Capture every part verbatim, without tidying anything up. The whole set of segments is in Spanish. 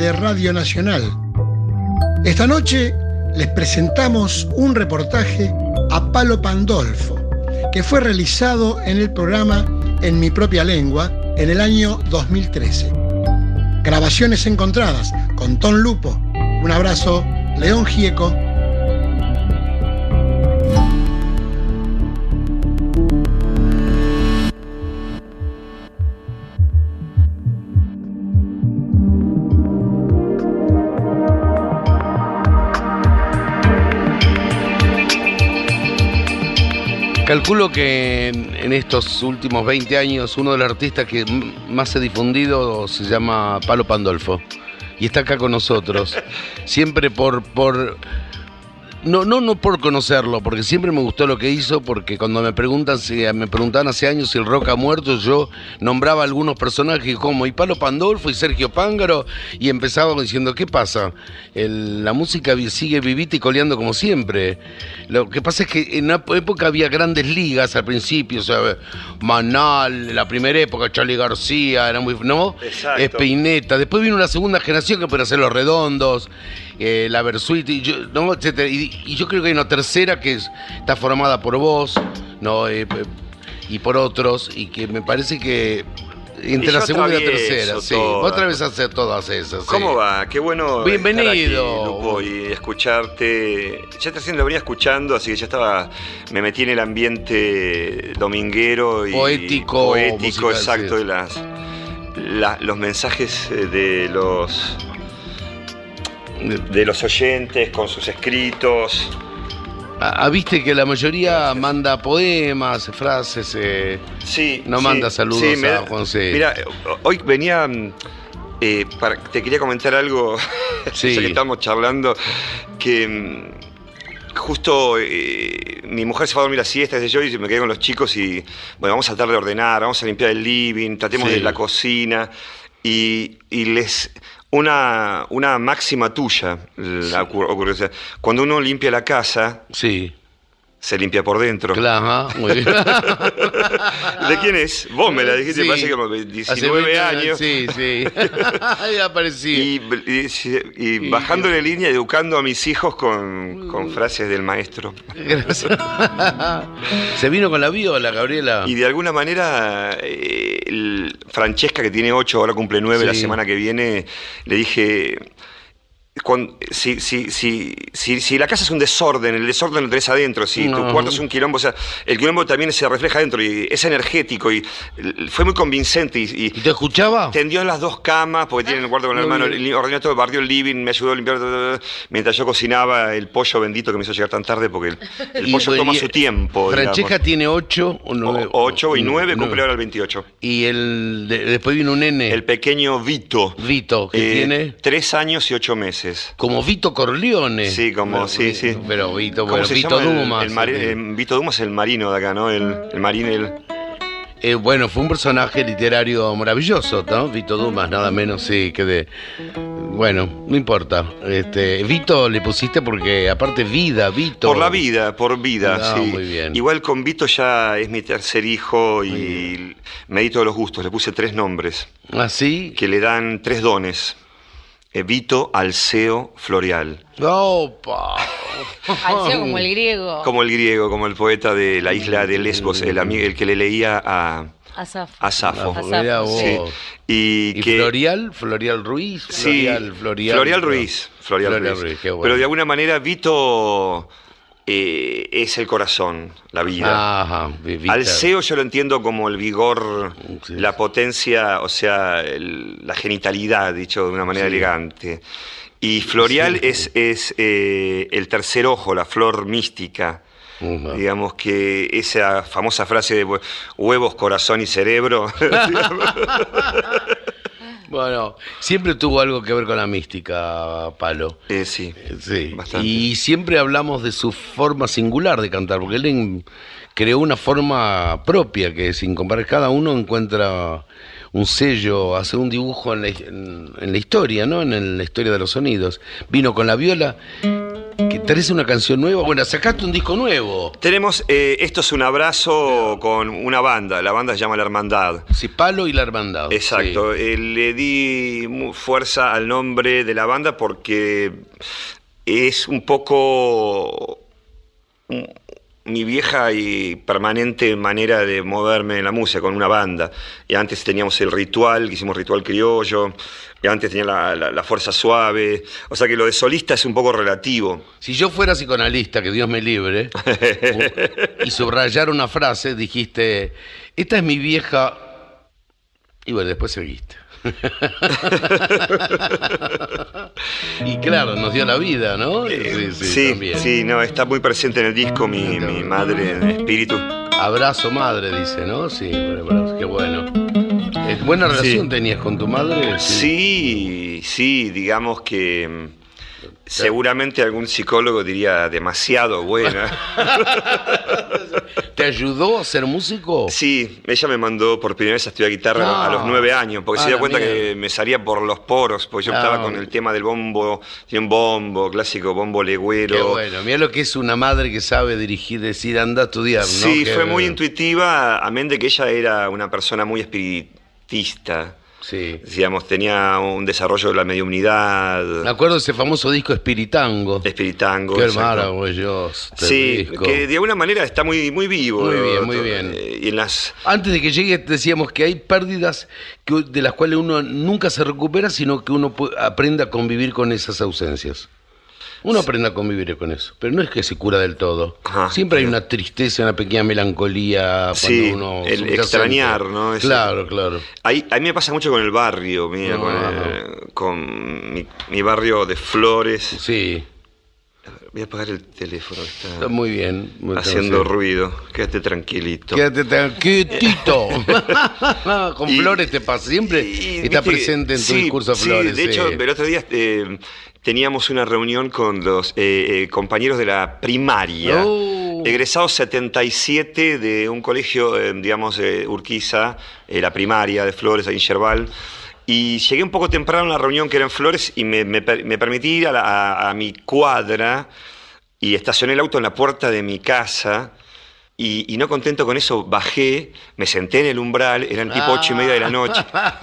de Radio Nacional. Esta noche les presentamos un reportaje a Palo Pandolfo, que fue realizado en el programa En mi propia lengua en el año dos mil trece. Grabaciones encontradas con Tom Lupo. Un abrazo, León Gieco. Calculo que en, en estos últimos veinte años uno de los artistas que más se ha difundido se llama Palo Pandolfo y está acá con nosotros. Siempre por... por no, no, no por conocerlo, porque siempre me gustó lo que hizo, porque cuando me preguntan si me preguntaban hace años si el rock ha muerto, yo nombraba algunos personajes como y Palo Pandolfo y Sergio Pángaro y empezaba diciendo, ¿qué pasa? El, la música sigue vivita y coleando como siempre. Lo que pasa es que en una época había grandes ligas al principio, o sea, Manal, la primera época, Charly García, era muy, ¿no? Exacto. Spinetta. Después vino una segunda generación que puede hacer Los Redondos, eh, la Versuit, y yo, ¿no? etcétera. Y, y yo creo que hay una tercera que es, está formada por vos, ¿no? Eh, y por otros, y que me parece que entre la segunda y la tercera, sí. Vos otra vez hacer todas esas. ¿Cómo sí. va? Qué bueno. Bienvenido. Estar aquí, Lupo, y escucharte. Ya te lo venía escuchando, así que ya estaba. Me metí en el ambiente dominguero y poético. Poético, musical, exacto, sí. de las, la, los mensajes de los. de los oyentes con sus escritos. Ah, viste que la mayoría manda poemas, frases, eh, sí, no sí, manda saludos sí, me, a Juan C. Mira, hoy venía, eh, para, te quería comentar algo, sí. ya que estamos charlando, que justo eh, mi mujer se fue a dormir a siesta desde yo y me quedé con los chicos y, bueno, vamos a tratar de ordenar, vamos a limpiar el living, tratemos sí. de la cocina y, y les... Una, una máxima tuya sí. ocurrió. O sea, cuando uno limpia la casa, sí. se limpia por dentro. Claro, muy bien. ¿De quién es? Vos me la dijiste, sí. parece que como diecinueve años. Sí, sí. Ahí aparecí. Y, y, y, y bajándole línea, educando a mis hijos con, con frases del maestro. Se vino con la viola, Gabriela. Y de alguna manera, eh, el Francesca, que tiene ocho, ahora cumple nueve, sí. La semana que viene, le dije... Cuando, si, si, si, si, si la casa es un desorden, el desorden lo tenés adentro, si no. Tu cuarto es un quilombo, o sea, el quilombo también se refleja adentro y es energético y fue muy convincente. ¿Y, y, ¿Y te escuchaba? Tendió en las dos camas, porque tienen el cuarto con el hermano, ordenó todo, barrió el living, me ayudó a limpiar, mientras yo cocinaba el pollo bendito que me hizo llegar tan tarde, porque el, el pollo toma su tiempo. Francesca tiene ocho o nueve. O, ocho y nueve, nueve, cumple ahora el veintiocho. Y el de, después vino un nene. El pequeño Vito. Vito, que eh, tiene... Tres años y ocho meses. Como Vito Corleone. Sí, como, pero, sí, sí. Pero Vito, ¿Cómo bueno, se Vito llama Dumas. El, el mari- el, Vito Dumas es el marino de acá, ¿no? El, el marino, el... Eh, bueno, fue un personaje literario maravilloso, ¿no? Vito Dumas, nada menos, sí, que de... Bueno, no importa. Este, Vito le pusiste porque, aparte, vida, Vito. Por la vida, por vida, no, sí. Muy bien. Igual con Vito ya es mi tercer hijo y me di todos los gustos. Le puse tres nombres. ¿Ah, sí? Que le dan tres dones. Eh, Vito, Alceo, Florial. ¡Opa! Alceo como el griego. Como el griego, como el poeta de la isla de Lesbos, el, amigo, el que le leía a... Asafo. A Safo. Mira vos. Sí. Y, ¿Y que, Florial? ¿Florial Ruiz? Sí, Florial, Florial, Florial Ruiz. Florial, Florial Ruiz. Ruiz, qué bueno. Pero de alguna manera Vito eh, es el corazón, la vida. Ajá, Vito. Alceo yo lo entiendo como el vigor, sí. La potencia, o sea, el, la genitalidad, dicho de una manera sí. Elegante. Y Florial sí. es, es eh, el tercer ojo, la flor mística. Uh-huh. Digamos que esa famosa frase de huevos, corazón y cerebro. Bueno, siempre tuvo algo que ver con la mística, Palo. Eh, sí, sí. Bastante. Y siempre hablamos de su forma singular de cantar, porque él en, creó una forma propia que sin comparar, cada uno encuentra un sello, hace un dibujo en la, en, en la historia, ¿no? En, el, la historia de los sonidos. Vino con la viola. que traes una canción nueva. Bueno, sacaste un disco nuevo. Tenemos, eh, esto es un abrazo con una banda, la banda se llama La Hermandad. Sí, Palo y La Hermandad. Exacto, sí. eh, le di fuerza al nombre de la banda porque es un poco mi vieja y permanente manera de moverme en la música con una banda. Y antes teníamos el ritual, que hicimos ritual criollo, y antes tenía la, la, la fuerza suave. O sea que lo de solista es un poco relativo. Si yo fuera psicoanalista, que Dios me libre, y subrayar una frase, dijiste, esta es mi vieja, y bueno, después seguiste. Y claro, nos dio la vida, ¿no? Sí, sí, sí, sí, no, está muy presente en el disco mi, mi madre en espíritu. Abrazo madre, dice, ¿no? Sí, qué bueno. ¿Buena relación sí. tenías con tu madre? Sí, sí, sí, digamos que seguramente algún psicólogo diría demasiado buena. ¿Te ayudó a ser músico? Sí, ella me mandó por primera vez a estudiar guitarra no. a los nueve años, porque ah, se dio cuenta mierda. que me salía por los poros, porque yo no. estaba con el tema del bombo, tiene un bombo, clásico bombo legüero. Qué bueno, mira lo que es una madre que sabe dirigir, decir, anda a estudiar, ¿no? Sí, que... fue muy intuitiva, amén de que ella era una persona muy espiritista. Sí. Digamos, tenía un desarrollo de la mediunidad. Me acuerdo de ese famoso disco Espiritango. Espiritango. Qué maravilloso. Sí, disco. Que de alguna manera está muy, muy vivo. Muy bien, muy bien. Eh, y en las... Antes de que llegue decíamos que hay pérdidas que, de las cuales uno nunca se recupera, sino que uno aprende a convivir con esas ausencias. Uno aprende a convivir con eso, pero no es que se cura del todo. Ajá, Siempre hay una tristeza, una pequeña melancolía. Sí, cuando uno el extrañar, ¿no? Ese, claro, claro. Ahí, a mí me pasa mucho con el barrio, mira, no, con, el, con mi, mi barrio de Flores. Sí. Voy a apagar el teléfono, está, está muy bien. Muy haciendo ruido. Quédate tranquilito. Quédate tranquilito. Con y, Flores te pasa, siempre y, está presente en tu sí, discurso Flores. Sí, de hecho, el otro día eh, teníamos una reunión con los eh, eh, compañeros de la primaria, oh. egresados setenta y siete de un colegio, eh, digamos, de Urquiza, eh, la primaria de Flores, ahí en Yerbal. Y llegué un poco temprano a la reunión que era en Flores y me, me, me permití ir a, la, a, a mi cuadra y estacioné el auto en la puerta de mi casa y, y no contento con eso bajé, me senté en el umbral, eran tipo ah. ocho y media de la noche,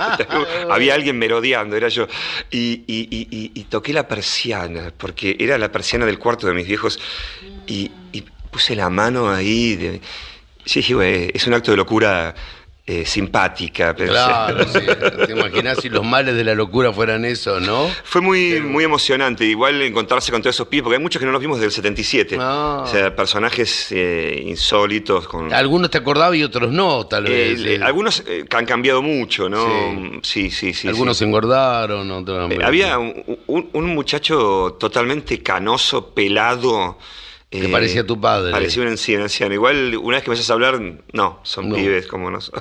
había alguien merodeando, era yo, y, y, y, y toqué la persiana, porque era la persiana del cuarto de mis viejos y, y puse la mano ahí, de, sí, dije, güey, es un acto de locura. Eh, simpática. Pero claro, sí. ¿Te imaginas si los males de la locura fueran eso, no? Fue muy, pero... muy emocionante, igual encontrarse con todos esos pibes, porque hay muchos que no los vimos desde el setenta y siete. Ah. O sea, personajes eh, insólitos. Con... Algunos te acordabas y otros no, tal vez. Eh, eh. Algunos eh, han cambiado mucho, ¿no? Sí, sí, sí. sí algunos sí. se engordaron. Otros... Eh, había un, un, un muchacho totalmente canoso, pelado. Que eh, parecía tu padre. Parecía un anciano, anciano. Igual, una vez que me haces a hablar, no, son no. pibes como nosotros.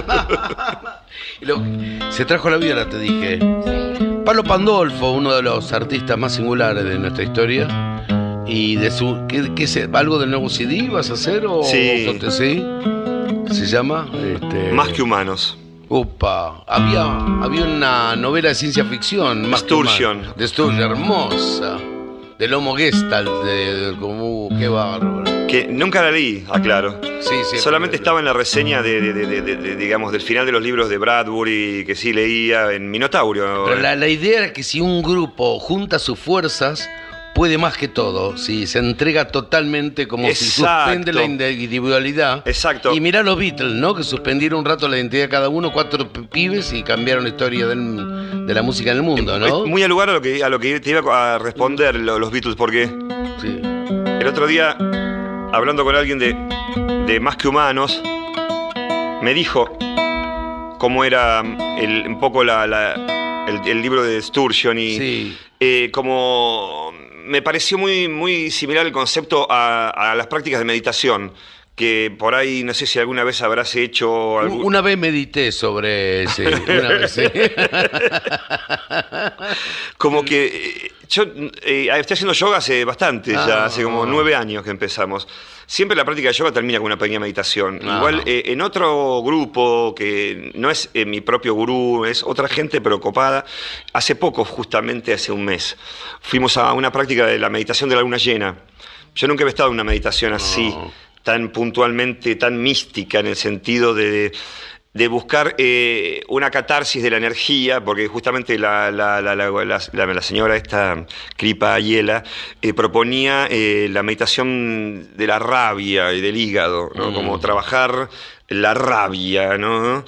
Lo, se trajo la viola, te dije. Sí. Palo Pandolfo, uno de los artistas más singulares de nuestra historia. Y de su. ¿qué, qué es, ¿Algo del nuevo C D vas a hacer? O, sí. O, ¿sí? ¿Se llama? Este... Más que humanos. Upa, había, había una novela de ciencia ficción. Sturgeon. De Sturgeon, hermosa. Del Homo Gestalt, de, de, como, qué bárbaro. Que nunca la leí, aclaro. Sí, sí. Solamente estaba en la reseña de, de, de, de, de, de, digamos, del final de los libros de Bradbury, que sí leía en Minotaurio. Pero la, la idea era que si un grupo junta sus fuerzas, puede más que todo, si se entrega totalmente como Exacto. si suspende la individualidad. Exacto. Y mirá los Beatles, ¿no? Que suspendieron un rato la identidad de cada uno, cuatro pibes y cambiaron la historia del, de la música en el mundo, ¿no? Muy al lugar a lo que, a lo que te iba a responder los Beatles, porque sí. El otro día, hablando con alguien de, de Más que Humanos, me dijo cómo era el, un poco la, la, el, el libro de Sturgeon y sí. eh, como... Me pareció muy, muy similar el concepto a, a las prácticas de meditación, que por ahí, no sé si alguna vez habrás hecho... Algún... Una vez medité sobre ese... Una vez, sí. Como que Yo eh, estoy haciendo yoga hace bastante, ah, ya hace como nueve años que empezamos. Siempre la práctica de yoga termina con una pequeña meditación. Ah. Igual eh, en otro grupo, que no es eh, mi propio gurú, es otra gente pero copada, hace poco, justamente hace un mes, fuimos a una práctica de la meditación de la luna llena. Yo nunca había estado en una meditación así, no. tan puntualmente, tan mística, en el sentido de... de buscar eh, una catarsis de la energía, porque justamente la, la, la, la, la, la señora esta, Kripa Ayala, eh, proponía eh, la meditación de la rabia y del hígado, ¿no? Mm. Como trabajar la rabia, ¿no?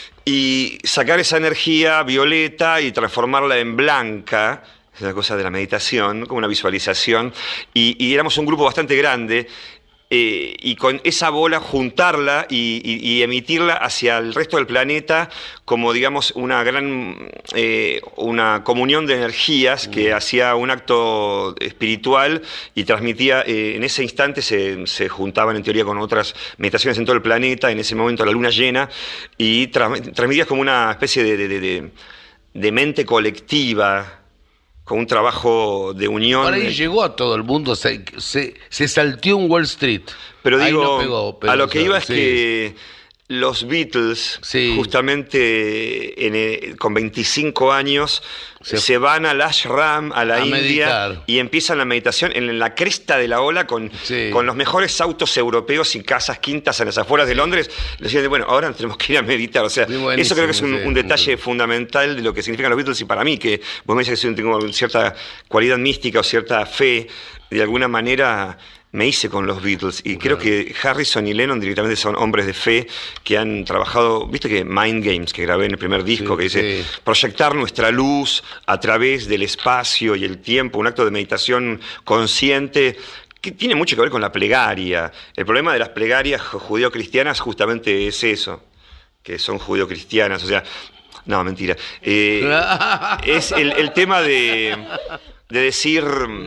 Y sacar esa energía violeta y transformarla en blanca, es una cosa de la meditación, como una visualización, y, y éramos un grupo bastante grande, Eh, y con esa bola juntarla y, y, y emitirla hacia el resto del planeta como, digamos, una gran eh, una comunión de energías que hacía un acto espiritual y transmitía, eh, en ese instante se, se juntaban en teoría con otras meditaciones en todo el planeta, en ese momento la luna llena, y tra transmitías como una especie de, de, de, de mente colectiva, con un trabajo de unión. Por ahí llegó a todo el mundo, se, se, se salteó en Wall Street. Pero digo, no pegó, pero, a lo que o sea, iba es sí. que los Beatles, sí. justamente en el, con veinticinco años, se, se van al ashram, a la a India, meditar. Y empiezan la meditación en la cresta de la ola con, sí. con los mejores autos europeos y casas quintas en las afueras de Londres. Les decían, bueno, ahora tenemos que ir a meditar. O sea, eso creo que es un, sí, un detalle sí. fundamental de lo que significan los Beatles, y para mí, que vos me dices que tengo cierta cualidad mística o cierta fe, de alguna manera... me hice con los Beatles, y claro. creo que Harrison y Lennon directamente son hombres de fe que han trabajado, viste que Mind Games, que grabé en el primer disco, sí, que dice sí. proyectar nuestra luz a través del espacio y el tiempo, un acto de meditación consciente que tiene mucho que ver con la plegaria. El problema de las plegarias judeo-cristianas justamente es eso, que son judeo-cristianas, o sea, no, mentira. Eh, es el, el tema de, de decir...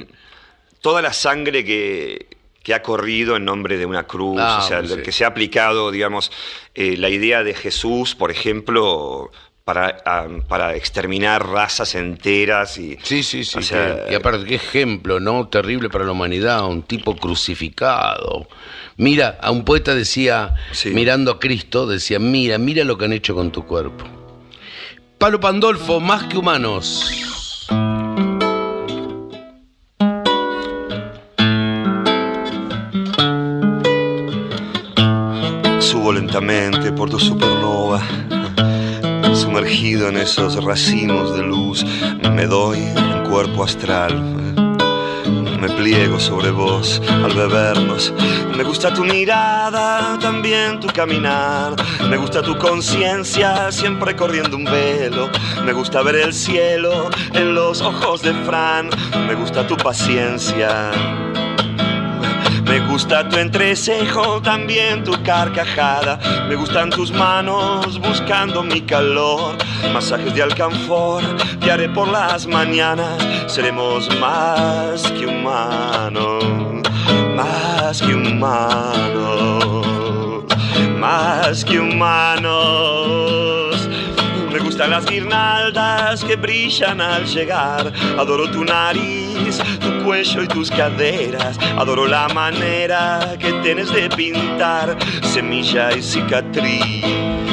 toda la sangre que, que ha corrido en nombre de una cruz, ah, o sea, pues sí. que se ha aplicado, digamos, eh, la idea de Jesús, por ejemplo, para, um, para exterminar razas enteras. Y, sí, sí, sí. O sea, que, y aparte, qué ejemplo, ¿no? Terrible para la humanidad, un tipo crucificado. Mira, a un poeta decía, sí. mirando a Cristo, decía, mira, mira lo que han hecho con tu cuerpo. Palo Pandolfo, Más que Humanos. Subo lentamente por tu supernova, sumergido en esos racimos de luz, me doy en cuerpo astral, me pliego sobre vos al bebernos. Me gusta tu mirada, también tu caminar, me gusta tu conciencia, siempre corriendo un velo, me gusta ver el cielo en los ojos de Fran, me gusta tu paciencia. Me gusta tu entrecejo, también tu carcajada. Me gustan tus manos buscando mi calor. Masajes de alcanfor te haré por las mañanas. Seremos más que humanos, más que humanos, más que humanos. Me gustan las guirnaldas que brillan al llegar. Adoro tu nariz, tu cuello y tus caderas. Adoro la manera que tienes de pintar semilla y cicatriz.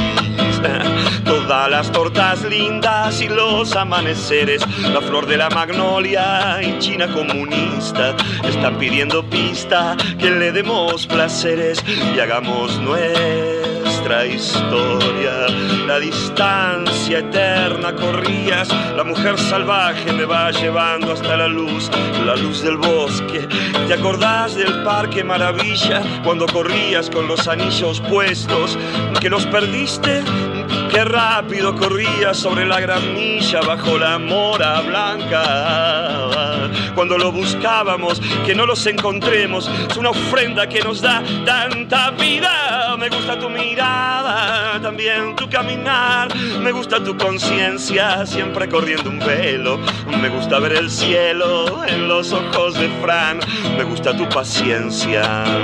Todas las tortas lindas y los amaneceres, la flor de la magnolia y China comunista están pidiendo pista, que le demos placeres y hagamos nuestra historia. La distancia eterna corrías, la mujer salvaje me va llevando hasta la luz, la luz del bosque. ¿Te acordás del Parque Maravilla cuando corrías con los anillos puestos, que los perdiste? Qué rápido corrías sobre la gramilla bajo la mora blanca. Cuando lo buscábamos, que no los encontremos, es una ofrenda que nos da tanta vida. Me gusta tu mirada, también tu caminar, me gusta tu conciencia, siempre corriendo un velo, Me gusta ver el cielo en los ojos de Fran. Me gusta tu paciencia.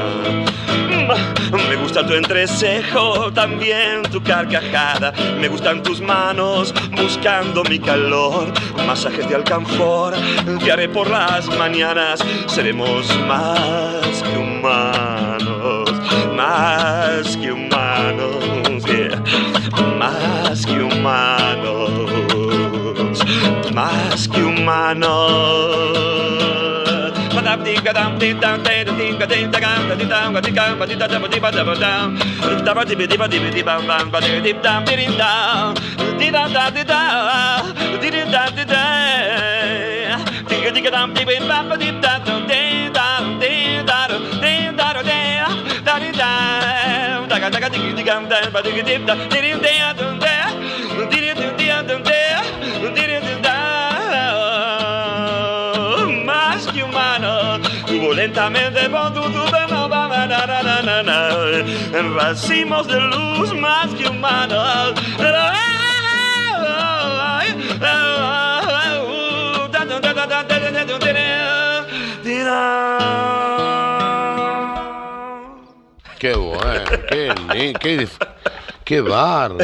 Me gusta tu entrecejo, también tu carcajada. Me gustan tus manos buscando mi calor. Masajes de alcanfor te haré por las mañanas. Seremos más que humanos, más que humanos, yeah. Más que humanos, más que humanos. Más que humano, lentamente por tu en racimos de luz más que humanos. Qué bueno, qué, qué, qué bárbaro.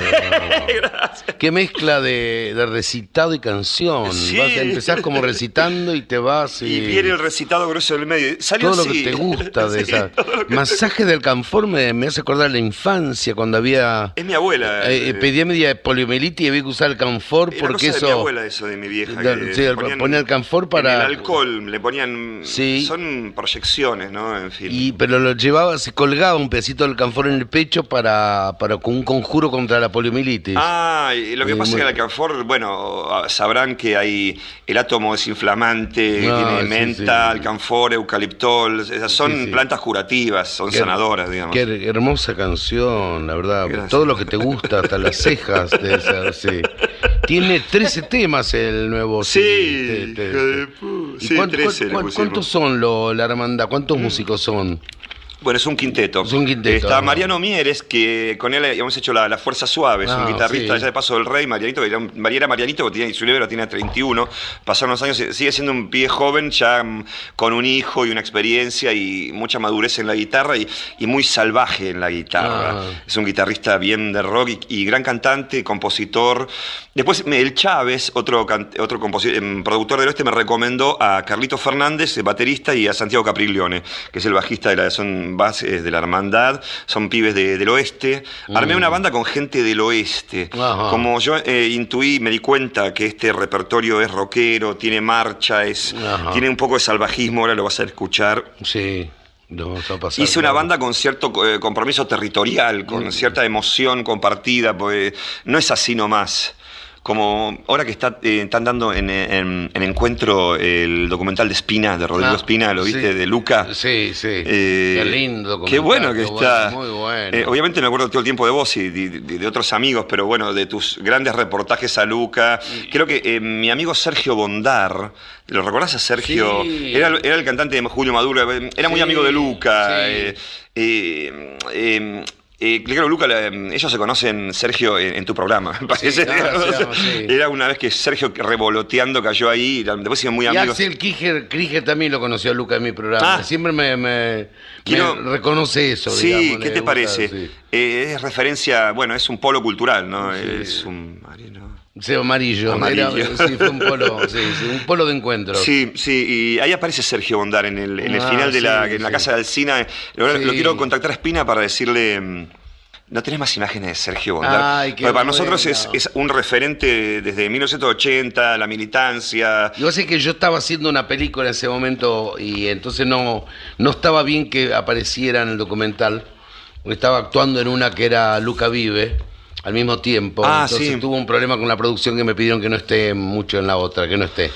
Qué mezcla de, de recitado y canción. Sí. Vas a empezar como recitando y te vas. Y, y viene el recitado grueso del medio. Salió todo así. Lo que te gusta de sí, esa. Masaje del alcanfor me, me hace acordar la infancia cuando había. Es mi abuela. Eh, epidemia de poliomielitis y había que usar alcanfor porque cosa eso. De mi abuela, eso de mi vieja. De, sí, ponían, ponía alcanfor para. En el alcohol le ponían. Sí. Son proyecciones, ¿no? En fin. Y, pero lo llevaba, se colgaba un pedacito del alcanfor en el pecho para, para con un conjuro contra la poliomielitis. Ah, y lo que eh, pasa muy... es que el alcanfor, bueno, sabrán que hay el átomo desinflamante, no, tiene sí, menta, sí. alcanfor, eucaliptol, esas son sí, sí. plantas curativas, son qué, sanadoras, digamos. Qué hermosa canción, la verdad. Gracias. Todo lo que te gusta, hasta las cejas de esa, sí. Tiene trece temas el nuevo. Sí, sí, te, te, te. ¿Y sí, cuánto, trece cuánto, ¿Cuántos son lo, la hermandad? ¿Cuántos mm. músicos son? Bueno, es un quinteto. Es un quinteto. Está Mariano Mieres, que con él hemos hecho la, la Fuerza Suave, es ah, un guitarrista sí. allá de Paso del Rey, Marianito, era un, Mariana Marianito, que tiene, su libro tiene treinta y uno, pasaron los años, sigue siendo un pibe joven, ya con un hijo y una experiencia y mucha madurez en la guitarra y, y muy salvaje en la guitarra. Ah. Es un guitarrista bien de rock y, y gran cantante, compositor. Después el Chávez, otro, otro compositor, productor del oeste, me recomendó a Carlito Fernández, baterista, y a Santiago Capriglione, que es el bajista de la... Son, bases de la hermandad, son pibes de, del oeste. Mm. Armé una banda con gente del oeste. Ajá. Como yo eh, intuí, me di cuenta que este repertorio es rockero, tiene marcha, es, tiene un poco de salvajismo, ahora lo vas a escuchar. Sí. No, va a pasar, Hice una claro. banda con cierto eh, compromiso territorial, con mm. cierta emoción compartida, porque no es así nomás. Como ahora que está, eh, están dando en, en, en Encuentro el documental de Espina, de Rodrigo ah, Espina, ¿lo viste? Sí. De Luca. Sí, sí. Eh, qué lindo documental. Qué bueno que qué está. Bueno, muy bueno. Eh, obviamente me acuerdo todo el tiempo de vos y de, de, de otros amigos, pero bueno, de tus grandes reportajes a Luca. Creo que eh, mi amigo Sergio Bondar, ¿lo recordás a Sergio? Sí. Era, era el cantante de Julio Maduro, era sí. muy amigo de Luca. Sí. Eh, eh, eh, Eh, claro, Luca, ellos se conocen, Sergio, en, en tu programa, me parece. Sí, no, sí, no, sí. Era una vez que Sergio revoloteando cayó ahí, después hicieron muy y amigos. Axel Krieger, Krieger también lo conoció a Luca en mi programa. Ah, Siempre me, me, quiero, me reconoce eso. Sí, digamos, ¿qué te gusta, parece? Sí. Eh, es referencia, bueno, es un polo cultural, ¿no? Sí. Es un marino. Sí, amarillo. amarillo. Era, sí, fue un polo, sí, sí, un polo de encuentro. Sí, sí, y ahí aparece Sergio Bondar en el, en el ah, final de sí, la, en la sí. casa de Alsina. Lo, sí. lo quiero contactar a Espina para decirle... ¿No tenés más imágenes de Sergio Bondar? Ay, qué para bueno. nosotros es, es un referente desde mil novecientos ochenta, la militancia. Yo sé que yo estaba haciendo una película en ese momento y entonces no, no estaba bien que apareciera en el documental. Estaba actuando en una que era Luca Vive al mismo tiempo. Ah, entonces sí. tuvo un problema con la producción que me pidieron que no esté mucho en la otra, que no esté.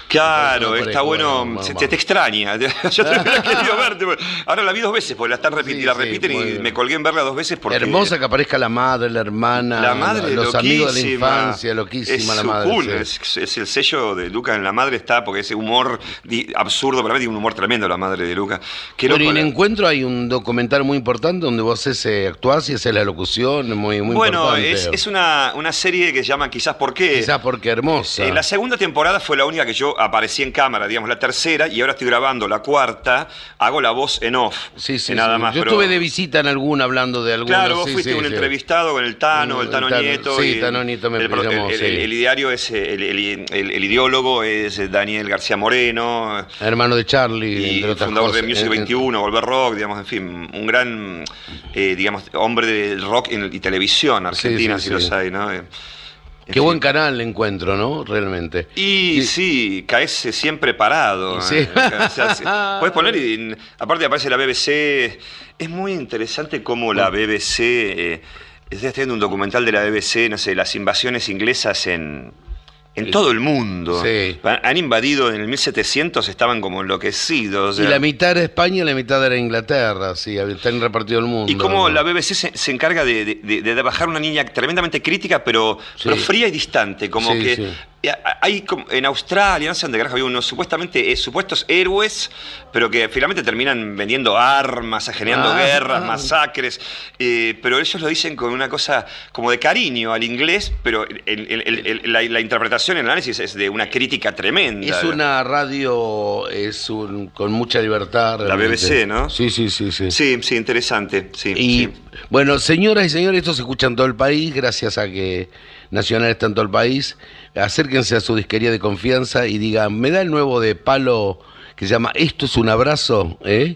Claro, está bueno, bueno se, te, te extraña. Yo también la he querido verte. Ahora la vi dos veces, porque la están repitiendo, sí, la repiten sí, y bien. Me colgué en verla dos veces porque... Hermosa que aparezca la madre, la hermana, la madre, los loquísima, amigos de la infancia, loquísima es la madre. Cool, sí. es, es el sello de Luca en la madre, está porque ese humor di, absurdo, para mí tiene un humor tremendo la madre de Luca. Pero en la... Encuentro hay un documental muy importante donde vos haces, eh, actuás y haces la locución, muy, muy bueno, importante. Bueno, es, es una, una serie que se llama Quizás por qué. Quizás porque hermosa. Eh, la segunda temporada fue la única que yo aparecí en cámara, digamos, la tercera, y ahora estoy grabando la cuarta, hago la voz en off. Sí, sí, nada sí. más. Yo pero... estuve de visita en alguna hablando de alguna. Claro, vos sí, fuiste sí, un sí. entrevistado con el Tano, el Tano, el Tano Nieto. Sí, y Tano Nieto me el, llamó, el, sí. el, el ideario es, el, el, el, el ideólogo es Daniel García Moreno. Hermano de Charlie, y entre otras fundador cosas. de Music veintiuno, Volver Rock, digamos, en fin, un gran, eh, digamos, hombre del rock y televisión argentina, sí, sí, si sí. los hay, ¿no? En Qué fin. Buen canal le encuentro, ¿no? Realmente. Y sí, sí caes siempre parado. Sí. ¿eh? O sea, sí. Puedes poner, y aparte aparece la B B C. Es muy interesante cómo la B B C, eh, estoy haciendo un documental de la B B C, no sé, las invasiones inglesas en... En todo el mundo. Sí. Han invadido en el mil setecientos, estaban como enloquecidos. O sea. Y la mitad era España y la mitad era Inglaterra, sí, están repartido el mundo. Y cómo ¿no? la B B C se, se encarga de, de, de, de bajar una línea tremendamente crítica, pero, sí. pero fría y distante. Como sí, que sí. hay en Australia, no sé dónde carajo, había unos supuestamente, eh, supuestos héroes, pero que finalmente terminan vendiendo armas, generando ah, guerras, ah. masacres. Eh, pero ellos lo dicen con una cosa como de cariño al inglés, pero el, el, el, el, la, la interpretación, el análisis es de una crítica tremenda. Es una radio es un, con mucha libertad. Realmente. La B B C, ¿no? Sí, sí, sí. Sí, sí, sí interesante. Sí, y sí. bueno, señoras y señores, esto se escucha en todo el país, gracias a que Nacional está en todo el país. Acérquense a su disquería de confianza y digan, ¿me da el nuevo de Palo que se llama Esto es un abrazo? ¿Eh?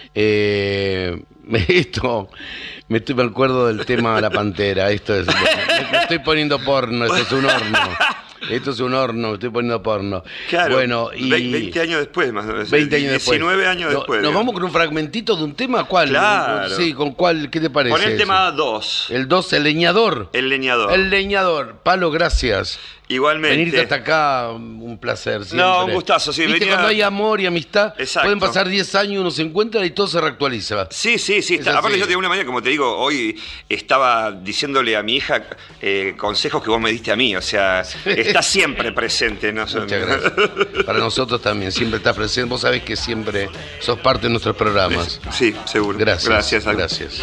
Eh, esto, me, estoy, me acuerdo del tema La Pantera, esto es, me, me estoy poniendo porno, esto es un horno. Esto es un horno, me estoy poniendo porno. Claro, bueno, y veinte años después, más o menos. veinte años después. diecinueve años no, después. Nos vamos con un fragmentito de un tema, ¿cuál? Claro. Sí, ¿con cuál? ¿Qué te parece? Pon el eso? tema dos. El dos, El Leñador. El Leñador. El Leñador. Palo, gracias. Igualmente. Venirte hasta acá, un placer siempre. No, un gustazo, sí. Viste, venía... cuando hay amor y amistad, exacto. Pueden pasar diez años, uno se encuentra y todo se reactualiza. Sí, sí, sí. Está, aparte yo de alguna manera, como te digo, hoy estaba diciéndole a mi hija eh, consejos que vos me diste a mí. O sea, está siempre presente. ¿no? Muchas gracias. Para nosotros también, siempre está presente. Vos sabés que siempre sos parte de nuestros programas. Sí, seguro. Gracias. Gracias. Gracias.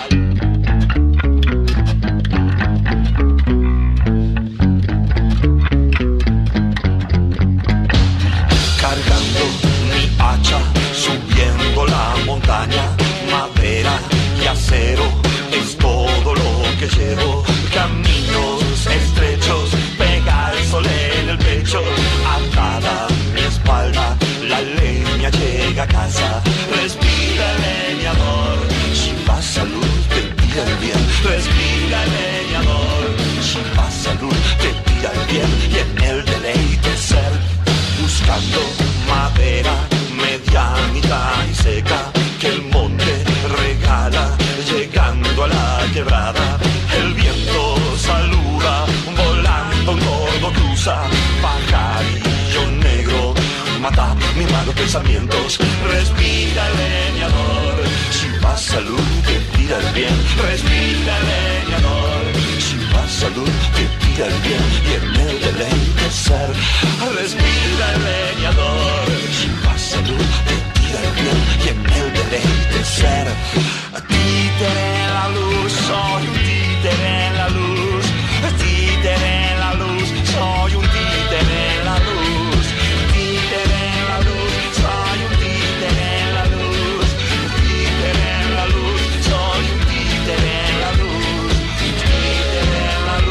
Subiendo la montaña, madera y acero es todo lo que llevo. Caminos estrechos, pega el sol en el pecho. Atada mi espalda, la leña llega a casa. Respira el leñador, Shiva salud, te pida el bien. Respira el leñador, Shiva salud, te pida el bien. Y en el deleite ser, buscando madera medianita y seca que el monte regala, llegando a la quebrada. El viento saluda, volando un gordo cruza, pajarillo negro mata mis malos pensamientos. Respira el leñador, Shiva salud, te pida el bien. Respira el leñador, Shiva salud, te pida el bien. Y en el deleite ser, respira el leñador, Shiva salud, te pida el bien. Y en el deleite ser, títere en la luz, soy un títere en la luz. Títere en la luz, soy un títere en la luz. Títere en la luz, soy un títere en la luz. Títere en la luz, soy un títere en la luz. Títere en la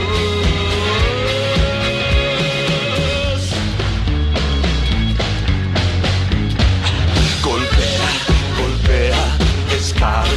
luz. Golpea, golpea, escala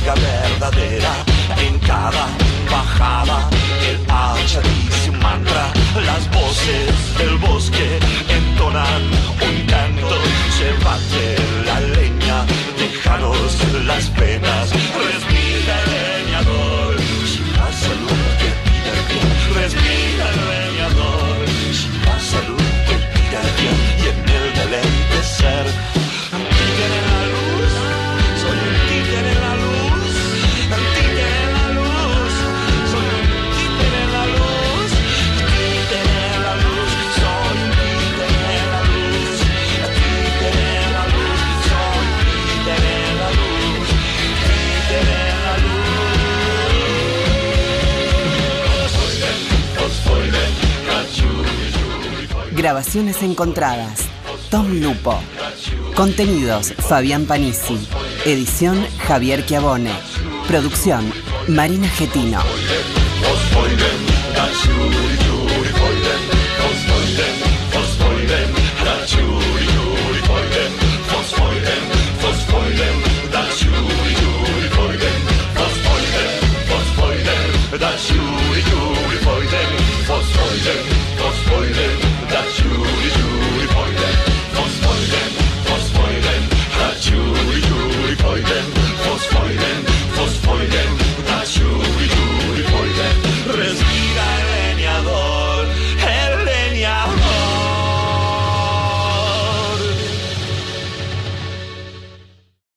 Grabaciones encontradas. Tom Lupo. Contenidos, Fabián Panisi. Edición, Javier Chiavone. Producción, Marina Getino. That's you, you, you,